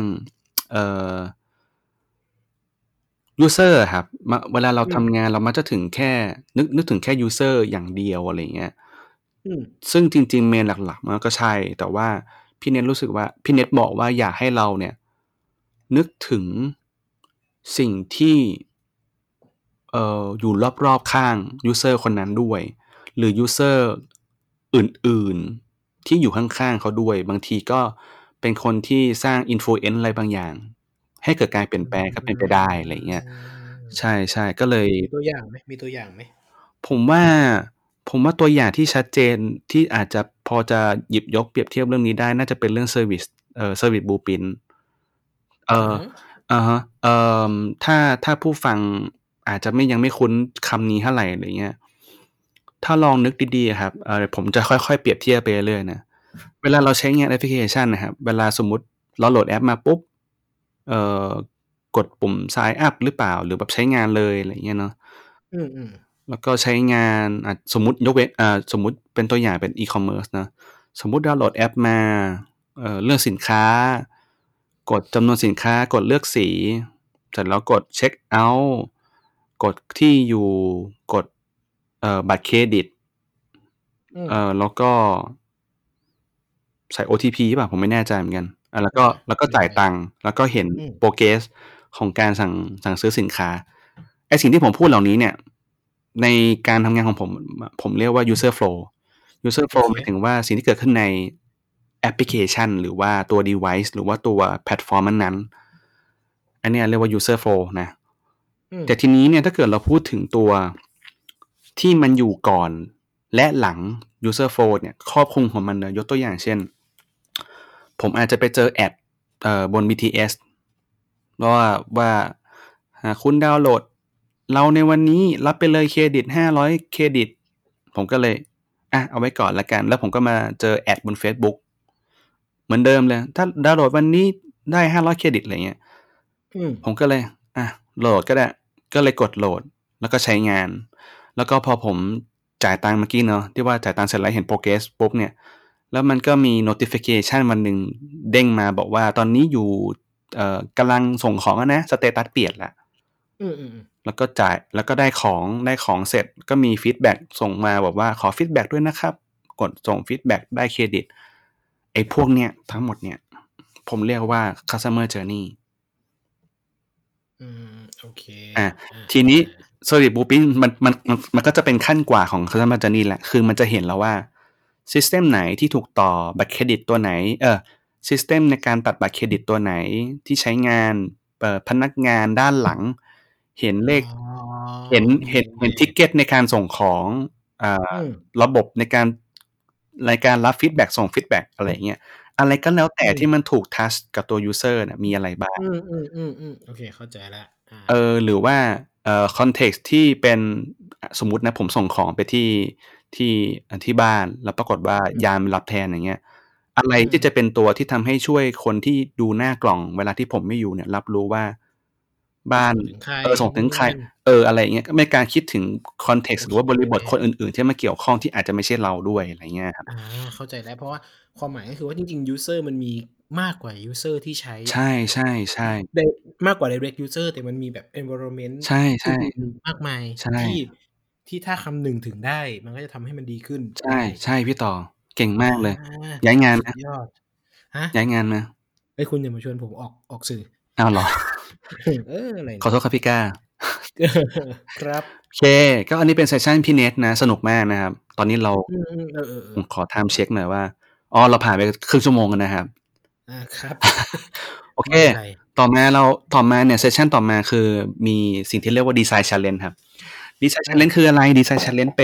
user ครับเวลาเราทำงานเรามักจะถึงแค่นึกถึงแค่ user อย่างเดียวอะไรเงี้ยซึ่งจริงๆเมนหลักๆมันก็ใช่แต่ว่าพี่เน็ตรู้สึกว่าพี่เน็ตบอกว่าอยากให้เราเนี่ยนึกถึงสิ่งที่อยู่รอบๆข้าง user คนนั้นด้วยหรือ user อื่นๆที่อยู่ข้างๆเขาด้วยบางทีก็เป็นคนที่สร้าง influence อะไรบางอย่างให้เกิดการเปลี่ยนแปลงก็เป็นไปได้อะไรเงี้ยใช่ๆก็เลยมีตัวอย่างไหมผมว่าตัวอย่างที่ชัดเจนที่อาจจะพอจะหยิบยกเปรียบเทียบเรื่องนี้ได้น่าจะเป็นเรื่อง service blueprint ฮะถ้าผู้ฟังอาจจะยังไม่คุ้นคำนี้เท่าไหร่อะไรเงี้ยถ้าลองนึกดีๆครับผมจะค่อยๆเปรียบเทียบไปเรื่อยๆนะเวลาเราใช้งานแอปพลิเคชันนะครับเวลาสมมุติเราโหลดแอปมาปุ๊บกดปุ่ม sign up หรือเปล่าหรือแบบใช้งานเลยอะไรเงี้ยเนาะแล้วก็ใช้งานสมมุติยกเว้นสมมุติเป็นตัวอย่างเป็น e-commerce นะสมมุติดาวน์โหลดแอปมาเลือกสินค้ากดจำนวนสินค้ากดเลือกสีเสร็จแล้วกดเช็คเอาท์กดที่อยู่กดบัตรเครดิตแล้วก็ใส่ OTP ป่ะผมไม่แน่ใจเหมือนกันแล้วก็จ่ายตังค์แล้วก็เห็นโปรเกรสของการสั่งซื้อสินค้าไอ้สิ่งที่ผมพูดเหล่านี้เนี่ยในการทำงานของผมเรียกว่า user flow หมายถึงว่าสิ่งที่เกิดขึ้นในแอปพลิเคชันหรือว่าตัว device หรือว่าตัวแพลตฟอร์มนั้นอันนี้เรียกว่า user flow นะแต่ทีนี้เนี่ยถ้าเกิดเราพูดถึงตัวที่มันอยู่ก่อนและหลัง user flow เนี่ยครอบคลุมของมันยกตัวอย่างเช่นผมอาจจะไปเจอแอดบน BTS ว่าคุณดาวน์โหลดเราในวันนี้รับไปเลยเครดิต500เครดิตผมก็เลยเอาไว้ก่อนละกันแล้วผมก็มาเจอแอดบน Facebook เหมือนเดิมเลยถ้าดาวน์โหลดวันนี้ได้500เครดิตอะไรเงี้ยผมก็เลยโหลดก็ได้ก็เลยกดโหลดแล้วก็ใช้งานแล้วก็พอผมจ่ายตังค์เมื่อกี้เนาะที่ว่าจ่ายตังค์เสร็จแล้วเห็นโปรเกรสปุ๊บเนี่ยแล้วมันก็มี notification วันนึงเด้งมาบอกว่าตอนนี้อยู่กำลังส่งของนะสเตตัสเปลี่ยนละแล้วก็จ่ายแล้วก็ได้ของเสร็จก็มีฟีดแบ็กส่งมาบอกว่าขอฟีดแบ็กด้วยนะครับกดส่งฟีดแบ็กได้เครดิตไอ้พวกเนี้ยทั้งหมดเนี่ยผมเรียกว่า customer journey โอเคทีนี้ service blueprint มันก็จะเป็นขั้นกว่าของ customer journey แหละคือมันจะเห็นแล้วว่าซิสเต็มไหนที่ถูกต่อบัตรเครดิตตัวไหนซิสเต็มในการตัดบัตรเครดิตตัวไหนที่ใช้งานพนักงานด้านหลังเห็นเลขเห็นทิกเก็ตในการส่งของระบบในการรับฟีดแบ็กส่งฟีดแบ็กอะไรเงี้ยอะไรก็แล้วแต่ที่มันถูกทัชกับตัว user น่ะมีอะไรบ้างโอเคเข้าใจแล้วหรือว่าcontext ที่เป็นสมมุตินะผมส่งของไปที่บ้านแล้วปรากฏว่ายามรับแทนอย่างเงี้ยอะไรที่จะเป็นตัวที่ทำให้ช่วยคนที่ดูหน้ากล่องเวลาที่ผมไม่อยู่เนี่ยรับรู้ว่าบ้านส่งถึงใครอะไรอย่างเงี้ยก็ไม่การคิดถึง context หรือว่าบริบทคนอื่นๆที่มาเกี่ยวข้องที่อาจจะไม่ใช่เราด้วยอะไรเงี้ยครับเข้าใจแล้วเพราะว่าความหมายก็คือว่าจริงๆ user มันมีมากกว่า user ที่ใช้ใช่ๆๆได้มากกว่า direct user แต่มันมีแบบ environment ใช่ๆมากมายที่ถ้าคำนึงถึงได้มันก็จะทำให้มันดีขึ้นใช่พี่ต่อเก่งมากเลยย้ายงานนะยอดย้ายงานมาคุณอย่ามาชวนผมออกสื่อเหรออะไรขอโทษครับพี่ก้าครับโอเคก็อันนี้เป็นเซสชั่นพี่เนทนะสนุกมากนะครับตอนนี้เราผมขอไทม์เช็คหน่อยว่าเราผ่านไปครึ่งชั่วโมงกันนะครับครับโอเคต่อมาเนี่ยเซสชั่นต่อมาคือมีสิ่งที่เรียกว่าดีไซน์ challenge ครับดีไซน์ challenge คืออะไรดีไซน์ challenge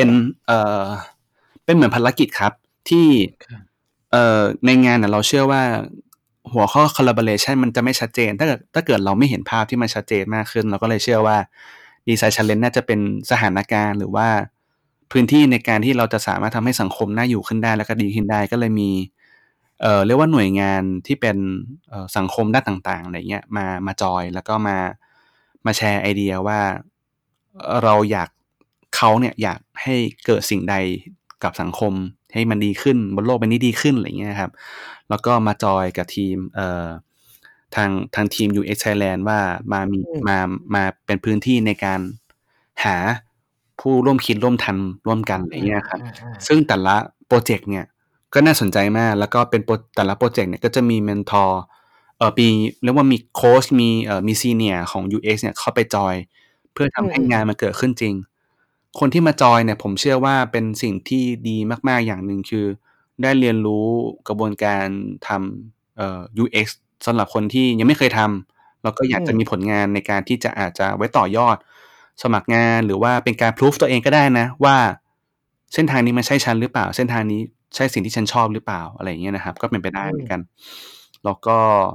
เป็นเหมือนภารกิจครับที่ในงานเราเชื่อว่าหัวข้อ collaboration มันจะไม่ชัดเจนถ้าเกิดเราไม่เห็นภาพที่มันชัดเจนมากขึ้นเราก็เลยเชื่อว่า design challenge น่าจะเป็นสถานการณ์หรือว่าพื้นที่ในการที่เราจะสามารถทำให้สังคมน่าอยู่ขึ้นได้แล้วก็ดีขึ้นได้ก็เลยมีเรียกว่าหน่วยงานที่เป็นสังคมด้านต่างๆอะไรเงี้ยมาจอยแล้วก็มาแชร์ไอเดียว่าเราเขาเนี่ยอยากให้เกิดสิ่งใดกับสังคมให้มันดีขึ้นบนโลกใบนี้ดีขึ้นอะไรเงี้ยครับแล้วก็มาจอยกับทีมทางทีม UX Thailand ว่ามาเป็นพื้นที่ในการหาผู้ร่วมคิดร่วมทำร่วมกันอะไรเงี้ยครับซึ่งแต่ละโปรเจกต์เนี่ยก็น่าสนใจมากแล้วก็เป็นแต่ละโปรเจกต์เนี่ยก็จะมีเมนทอร์เรียกว่ามีโค้ชมีซีเนียร์ของ UX เนี่ยเข้าไปจอยเพื่อทำให้งานมันเกิดขึ้นจริงคนที่มาจอยเนี่ยผมเชื่อว่าเป็นสิ่งที่ดีมากๆอย่างหนึ่งคือได้เรียนรู้กระบวนการทำUX สำหรับคนที่ยังไม่เคยทำแล้วก็อยากจะมีผลงานในการที่จะอาจจะไว้ต่อยอดสมัครงานหรือว่าเป็นการพิสูจตัวเองก็ได้นะว่าเส้นทางนี้มันใช่ฉันหรือเปล่าเส้นทางนี้ใช่สิ่งที่ฉันชอบหรือเปล่าอะไรอย่างเงี้ยนะครับก็เป็นไปได้เหมือนกันแล้วก็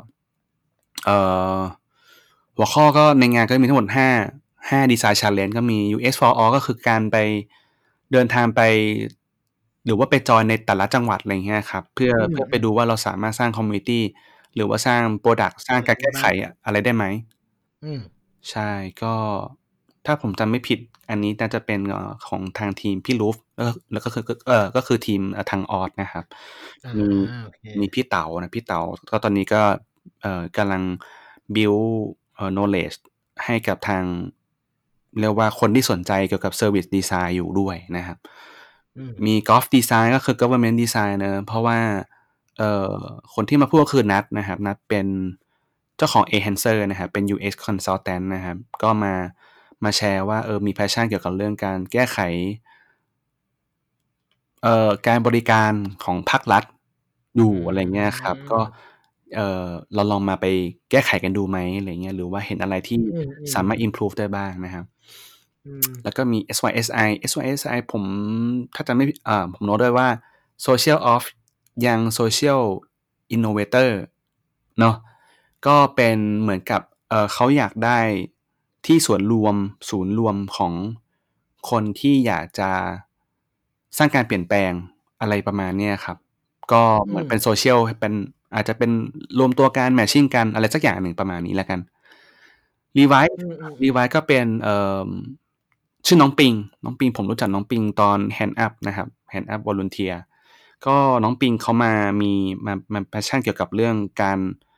หัวข้อก็ในงานก็มีทั้งหมด5 Design Challenge ก็มี UX for All ก็คือการไปเดินทางไปหรือว่าไปจอยในแต่ละจังหวัดอะไรเงี้ยครับเพื่อไปดูว่าเราสามารถสร้าง community หรือว่าสร้าง product สร้างการแก้ไขอะไรได้ไหมใช่ก็ถ้าผมจำไม่ผิดอันนี้น่าจะเป็นของทางทีมพี่ลูฟแล้วก็คือทีมทางออสนะครับมีพี่เต๋าก็ตอนนี้ก็กำลัง build knowledge ให้กับทางเรียกว่าคนที่สนใจเกี่ยวกับ service design อยู่ด้วยนะครับมี golf design ก็คือ government design นะเพราะว่าคนที่มาพูดก็คือนัทนะครับนัทเป็นเจ้าของ Enhancer นะครับเป็น UX consultant นะครับก็มาแชร์ว่ามี passion เกี่ยวกับเรื่องการแก้ไขการบริการของภาครัฐอยู่อะไรเงี้ยครับก็เราลองมาไปแก้ไขกันดูไหมอะไรเงี้ยหรือว่าเห็นอะไรที่สามารถ improve ได้บ้างนะครับแล้วก็มี SYSI ผมถ้าจำไม่ผมโน้ตด้วยว่า Social of Young Social Innovator เนาะก็เป็นเหมือนกับเขาอยากได้ที่ศูนย์รวมของคนที่อยากจะสร้างการเปลี่ยนแปลงอะไรประมาณนี้ครับก็เหมือนเป็นโซเชียลเป็นอาจจะเป็นรวมตัวกันแมทชิ่งกันอะไรสักอย่างหนึ่งประมาณนี้แล้วกันรีไวท์ก็เป็นชื่อน้องปิงผมรู้จักน้องปิงตอน Hand Up นะครับ Hand Up Volunteer ก็น้องปิงเขามาแพชชั่นเกี่ยวกับเรื่องการ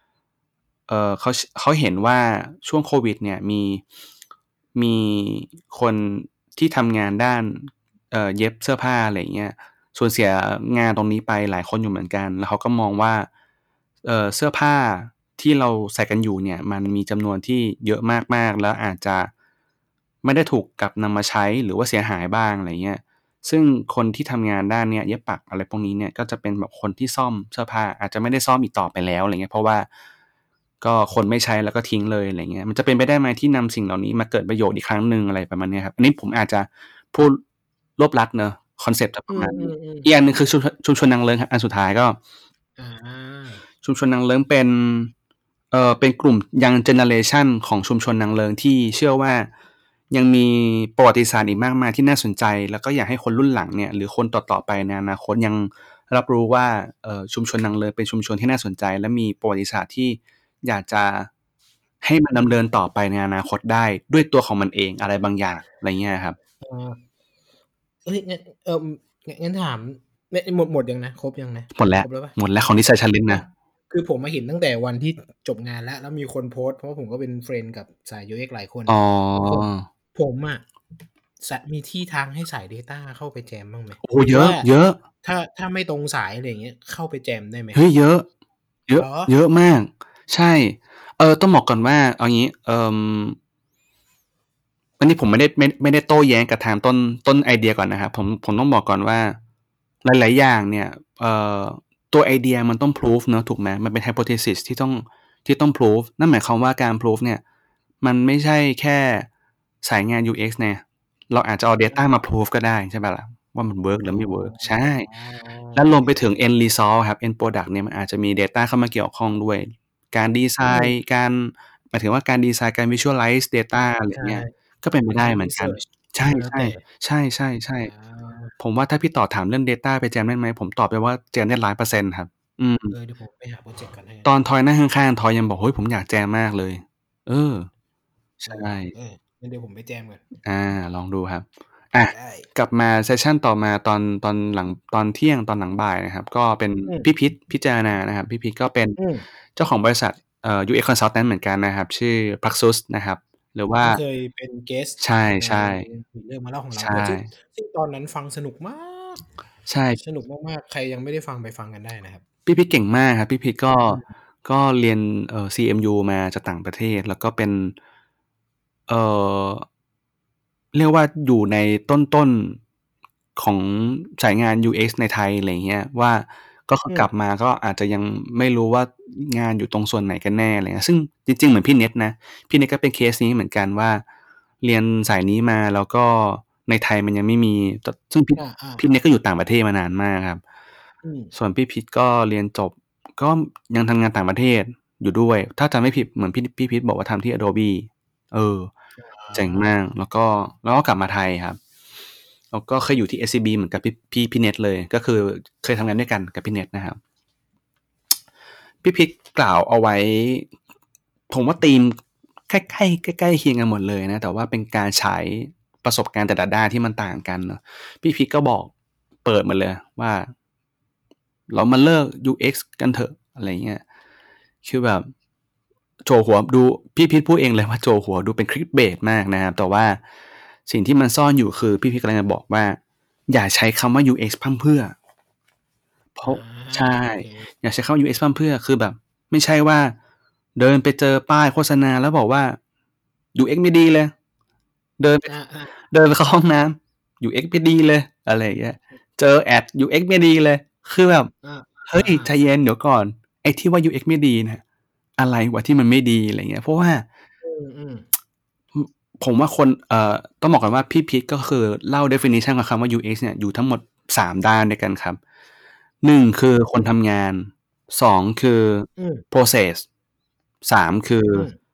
เขาเห็นว่าช่วงโควิดเนี่ยมีคนที่ทำงานด้านเย็บเสื้อผ้าอะไรเงี้ยสูญเสียงานตรงนี้ไปหลายคนอยู่เหมือนกันแล้วเขาก็มองว่าเสื้อผ้าที่เราใส่กันอยู่เนี่ยมันมีจำนวนที่เยอะมากๆแล้วอาจจะไม่ได้ถูกกลับนำมาใช้หรือว่าเสียหายบ้างอะไรเงี้ยซึ่งคนที่ทำงานด้านเนี้ยเย็บปักอะไรพวกนี้เนี่ยก็จะเป็นแบบคนที่ซ่อมเสื้อผ้าอาจจะไม่ได้ซ่อมอีกต่อไปแล้วอะไรเงี้ยเพราะว่าก็คนไม่ใช้แล้วก็ทิ้งเลยอะไรเงี้ยมันจะเป็นไปได้ไหมที่นำสิ่งเหล่านี้มาเกิดประโยชน์อีกครั้งนึงอะไรประมาณนี้ครับอันนี้ผมอาจจะพูดรวบลัดเนอะคอนเซ็ปต์จะประมาณนี้อีกอันนึงคือชุมชนนางเลิ้งอันสุดท้ายก็ชุมชนนางเลิ้งเป็นกลุ่มยังเจเนเรชันของชุมชนนางเลิ้งที่เชื่อว่ายังมีประวัติศาสตร์อีกมากมายที่น่าสนใจแล้วก็อยากให้คนรุ่นหลังเนี่ยหรือคนต่อๆไปในอนาคตยังรับรู้ว่าชุมชนนางเลิ้งเป็นชุมชนที่น่าสนใจและมีประวัติศาสตร์ที่อยากจะให้มันดำเนินต่อไปในอนาคตได้ด้วยตัวของมันเองอะไรบางอย่างอะไรเงี้ยครับงั้นถามหมดยังนะครบยังนะหมดแล้วของนิสัยชันลินนะคือผมมาเห็นตั้งแต่วันที่จบงานแล้วมีคนโพสต์เพราะว่าผมก็เป็นเฟรนด์กับสาย UX หลายคนผมมีที่ทางให้สาย Data เข้าไปแจมบ้างไหมโอ้เยอะถ้าไม่ตรงสายอะไรอย่างเงี้ยเข้าไปแจมได้ไหมเฮ้ยเยอะมากใช่ต้องบอกก่อนว่าเอางี้อันนี้ผมไม่ได้โต้แย้งกับทางต้นไอเดียก่อนนะครับผมต้องบอกก่อนว่าหลายๆอย่างเนี่ยตัวไอเดียมันต้อง proof เนอะถูกไหมมันเป็น hypothesis ที่ต้อง proof นั่นหมายความว่าการ proof เนี่ยมันไม่ใช่แค่สายงาน UX เนี่ยเราอาจจะเอา data มา proof ก็ได้ใช่ป่ะล่ะว่ามันเวิร์กหรือไม่เวิร์กใช่แล้วรวมไปถึง end result ครับ end product เนี่ยมันอาจจะมี data เข้ามาเกี่ยวข้องด้วยการดีไซน์การหมายถึงว่าการดีไซน์การ visualize data อะไรเงี้ยก็เป็นไปได้เหมือนกันใช่ผมว่าถ้าพี่ต่อถามเรื่อง data ไปแจมได้ไหมผมตอบไปว่าแจมได้ 100% ครับเดี๋ยวผมไปหาโปรเจกต์กันให้ตอนทอยนั่งข้างๆทอยยังบอกเฮ้ยผมอยากแจมมากเลยใช่เดี๋ยวผมไปแจมกันลองดูครับกลับมาเซสชั่นต่อมาตอนหลังตอนเที่ยงตอนหลังบ่ายนะครับก็เป็นพี่พิษพิจารณานะครับพี่พิษก็เป็นเจ้าของบริษัทUX Consultant เหมือนกันนะครับชื่อ Praxis นะครับหรือว่าเคยเป็นเกสใช่เรื่องมาเล่าของเราซึ่งตอนนั้นฟังสนุกมากใช่สนุกมากๆใครยังไม่ได้ฟังไปฟังกันได้นะครับพี่พิษเก่งมากครับพี่พิษก็เรียนCMU มาจากต่างประเทศแล้วก็เป็นเรียกว่าอยู่ในต้นของสายงาน UX ในไทยอะไรเงี้ยว่าก็กลับมาก็อาจจะยังไม่รู้ว่างานอยู่ตรงส่วนไหนกันแน่อะไรเงี้ยซึ่งจริงๆเหมือนพี่เน็ตนะพี่เน็ตก็เป็นเคสนี้เหมือนกันว่าเรียนสายนี้มาแล้วก็ในไทยมันยังไม่มีซึ่งพี่เน็ตก็อยู่ต่างประเทศมานานมากครับส่วนพี่พิษก็เรียนจบก็ยังทำงานต่างประเทศอยู่ด้วยถ้าจำไม่ผิดเหมือนพี่พิษบอกว่าทำที่ Adobe เจ๋งมากแล้วก็กลับมาไทยครับแล้วก็เคยอยู่ที่ SCB เหมือนกับพี่เน็ตเลยก็คือเคยทำงานด้วยกันกับพี่เน็ตนะครับพี่พิษกล่าวเอาไว้ผมว่าธีมใกล้เคียงกันหมดเลยนะแต่ว่าเป็นการใช้ประสบการณ์แต่ละด้านที่มันต่างกันเนาะพี่พิษก็บอกเปิดมาเลยว่าเรามาเลิก UX กันเถอะอะไรเงี้ยคือแบบโจหัวดูพี่พิษพูดเองเลยว่าโจหัวดูเป็นคลิกเบสมากนะครับแต่ว่าสิ่งที่มันซ่อนอยู่คือพี่พิษกำลังจะบอกว่าอย่าใช้คำว่า UX พร่ำเพื่อเพราะใช่อย่าใช้คำว่า UX พร่ำเพื่อคือแบบไม่ใช่ว่าเดินไปเจอป้ายโฆษณาแล้วบอกว่า UX ไม่ดีเลยเดินไปเข้าห้องน้ำ UX ไม่ดีเลยอะไรอย่างเงี้ยเจอแอด UX ไม่ดีเลยคือแบบเฮ้ยใจเย็นเดี๋ยวก่อนไอ้ที่ว่า UX ไม่ดีนะอะไรวะที่มันไม่ดีอะไรเงี้ยเพราะว่าผมว่าคนต้องบอกก่อนว่าพี่พีทก็คือเล่า definition ของคำว่า UX เนี่ยอยู่ทั้งหมด3ด้านด้วยกันครับ1คือคนทำงาน2คือ process 3คือ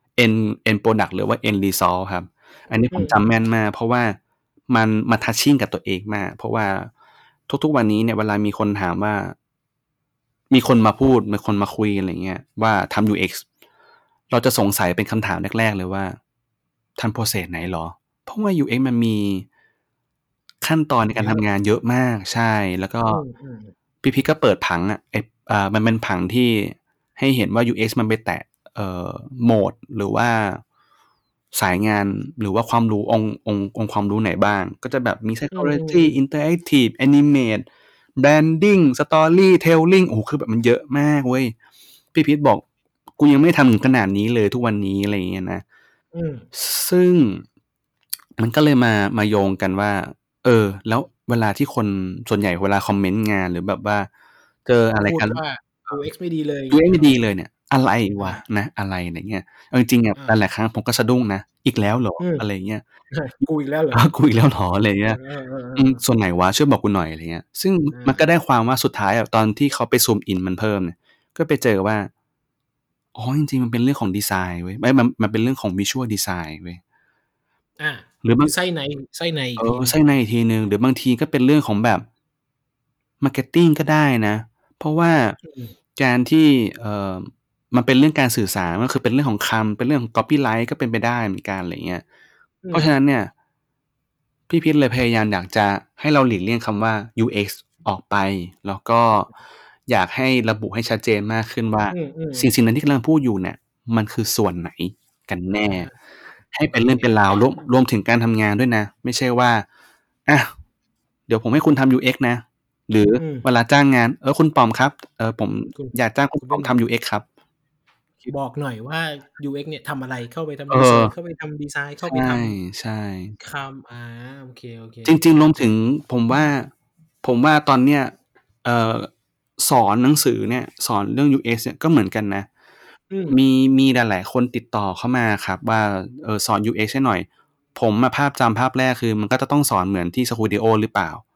end product หรือว่า end result ครับอันนี้ผมจำแม่นมากเพราะว่ามันมาทัชชิ่งกับตัวเองมากเพราะว่าทุกๆวันนี้เนี่ยเวลามีคนถามว่ามีคนมาพูดมีคนมาคุยอะไรเงี้ยว่าทำ UX เราจะสงสัยเป็นคำถามแรกๆเลยว่าทำ process ไหนหรอเพราะว่า UX มันมีขั้นตอนในการทำงานเยอะมากใช่แล้วก็พี่ก็เปิดผังมันเป็นผังที่ให้เห็นว่า UX มันไปแตะโหมดหรือว่าสายงานหรือว่าความรู้องค์ความรู้ไหนบ้างก็จะแบบมี psychology interactive animate branding storytelling โอ้โหคือแบบมันเยอะมากเว้ยพี่พีทบอกกูยังไม่ทำถึงขนาดนี้เลยทุกวันนี้อะไรอย่างเงี้ยนะซึ่งมันก็เลยมาโยงกันว่าแล้วเวลาที่คนส่วนใหญ่เวลาคอมเมนต์งานหรือแบบว่าเจออะไรกันว่า UX ไม่ดีเลย UX ไม่ดีเลยเนี่ยอะไรวะนะอะไรอะไรเงี้ยจริงๆอ่ะหลายๆครั้งผมก็สะดุ้งนะอีกแล้วเหรออะไรเงี้ยกูอีกแล้วเหรออะไรเงี้ยส่วนไหนวะช่วยบอกกูหน่อยอะไรเงี้ยซึ่งมันก็ได้ความว่าสุดท้ายตอนที่เขาไปซูมอินมันเพิ่มเนี่ยก็ไปเจอว่าอ๋อจริงๆมันเป็นเรื่องของดีไซน์เว้ยมันเป็นเรื่องของวิชวลดีไซน์เว้ยหรือบางไส้ในไส้ในอีกทีนึงหรือบางทีก็เป็นเรื่องของแบบมาร์เก็ตติ้งก็ได้นะเพราะว่าการที่มันเป็นเรื่องการสื่อสารก็คือเป็นเรื่องของคำเป็นเรื่องของ copyright ก็เป็นไปได้เหมือนกันอะไรเงี้ยเพราะฉะนั้นเนี่ยพี่พิษเลยพยายามอยากจะให้เราหลีกเลี่ยงคำว่า UX ออกไปแล้วก็อยากให้ระบุให้ชัดเจนมากขึ้นว่าสิ่งนั้นที่กำลังพูดอยู่เนี่ยมันคือส่วนไหนกันแน่ให้เป็นเรื่องเป็นราวรวมถึงการทำงานด้วยนะไม่ใช่ว่าเดี๋ยวผมให้คุณทำ UX นะหรือเวลาจ้างงานคุณปอมครับผมอยากจ้างคุณปอมทำ UX ครับบอกหน่อยว่า UX เนี่ยทำอะไรเข้าไปทำรีเสิร์ชเข้าไปทำดีไซน์เข้าไปทำใช่คำโอเคจริงๆรวมถึงผมว่าตอนเนี้ยสอนหนังสือเนี่ยสอนเรื่อง UX เนี่ยก็เหมือนกันนะมีหลายๆคนติดต่อเข้ามาครับว่าสอน UX ให้หน่อยผมภาพแรกคือมันก็จะต้องสอนเหมือนที่สตูดิโอหรือเปล่า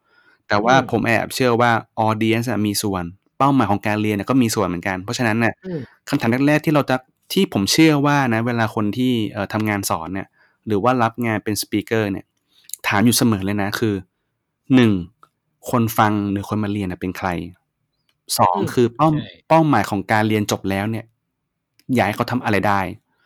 แต่ว่าผมแอบเชื่อว่า audience มีส่วนเป้าหมายของการเรียนก็มีส่วนเหมือนกันเพราะฉะนั้นเนี่ยคำถามแรกๆที่ผมเชื่อว่านะเวลาคนที่ทำงานสอนเนี่ยหรือว่ารับงานเป็นสปีกเกอร์เนี่ยถามอยู่เสมอเลยนะคือ1คนฟังหรือคนมาเรียนเป็นใคร2คือเป้าหมายของการเรียนจบแล้วเนี่ยอยากให้เขาทำอะไรได้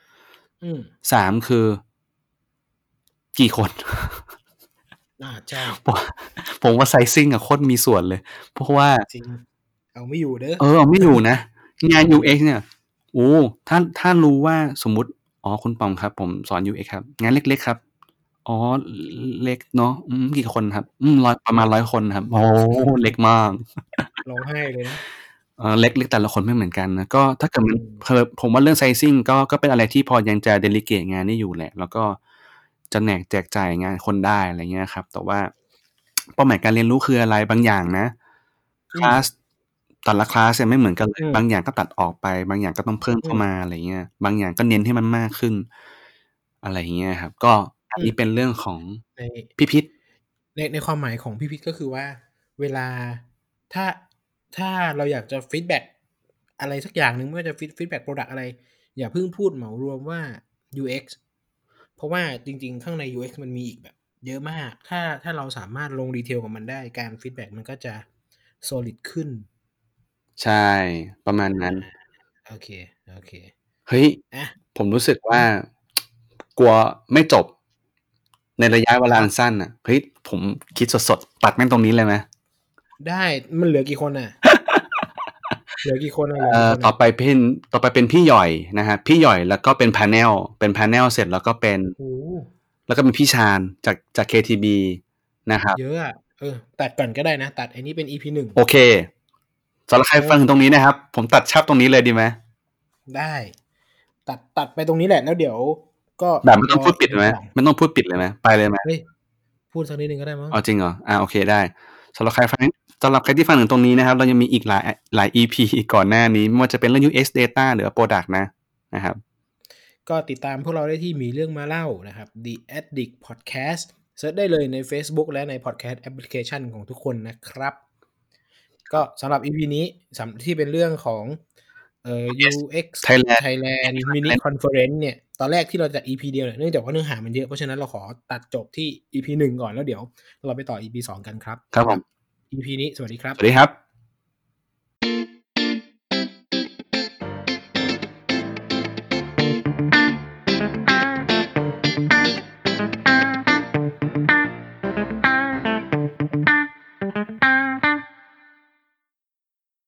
3คือกี่คนใช่ผมว่าไซซิ่งโคตรมีส่วนเลยเพราะว่าจริงเอาไม่อยู่เด้อเอาไม่อยู่นะงาน UX เนี่ยถ้ารู้ว่าสมมุติคุณปอมครับผมสอน UX ครับงานเล็กๆครับเล็กเนาะกี่คนครับประมาณ100คนครับโอ้เล็กมากร้องไห้เลยนะเล็กแต่ละคนไม่เหมือนกันนะก็ถ้าเกิดมันผมว่าเรื่องไซซิ่งก็เป็นอะไรที่พอยังจะเดลิเกตงานได้อยู่แหละแล้วก็จะแจกจ่ายงานคนได้อะไรเงี้ยครับแต่ว่าเป้าหมายการเรียนรู้คืออะไรบางอย่างนะคลาสแต่ละคลาสไม่เหมือนกันเลยบางอย่างก็ตัดออกไปบางอย่างก็ต้องเพิ่มเข้ามาอะไรเงี้ยบางอย่างก็เน้นให้มันมากขึ้นอะไรเงี้ยครับก็อันนี้เป็นเรื่องของพี่พิษในความหมายของพี่พิษก็คือว่าเวลาถ้าเราอยากจะฟีดแบ็กอะไรสักอย่างนึงไม่ว่าจะฟีดแบ็กโปรดักต์อะไรอย่าเพิ่งพูดเหมารวมว่า UX เพราะว่าจริงๆข้างใน UX มันมีอีกแบบเยอะมากถ้าเราสามารถลงดีเทลกับมันได้การฟีดแบ็กมันก็จะ solid ขึ้นใช่ประมาณนั้นโอเคเฮ้ยผมรู้สึกว่ากลัวไม่จบในระยะเวลาสั้นเฮ้ยผมคิดสดๆตัดแม่งตรงนี้เลยไหมได้มันเหลือกี่คนเหลือกี่คนต่อไปเป็นพี่หย่อยนะฮะพี่หย่อยแล้วก็เป็นพาเนลเสร็จแล้วก็เป็นพี่ชาญจาก KTB นะครับเยอะตัดก่อนก็ได้นะตัดไอ้นี้เป็น EP 1 โอเคสำหรับใครฟังตรงนี้นะครับผมตัดชับตรงนี้เลยดีไหมได้ตัดไปตรงนี้แหละแล้วเดี๋ยวก็แบบไม่ต้องพูดปิดไหมไม่ต้องพูดปิดเลยไหมไปเลยไหมพูดสักนิดนึงก็ได้มั้งจริงเหรอโอเคได้สำหรับใครที่ฟังถึงตรงนี้นะครับเรายังมีอีกหลาย EP ก่อนหน้านี้ไม่ว่าจะเป็นเรื่อง UX Data หรือ Product นะครับก็ติดตามพวกเราได้ที่มีเรื่องมาเล่านะครับ The Addict Podcast เสิร์ชได้เลยใน Facebook และใน Podcast Application ของทุกคนนะครับก็สำหรับ EP นี้ที่เป็นเรื่องของUX Thailand Mini Conference เนี่ยตอนแรกที่เราจะ EP เดียวเนี่ยเนื่องจากว่าเนื้อหามันเยอะเพราะฉะนั้นเราขอตัดจบที่ EP 1ก่อนแล้วเดี๋ยวเราไปต่อ EP 2กันครับครับผม EP นี้สวัสดีครับสวัสดีครับ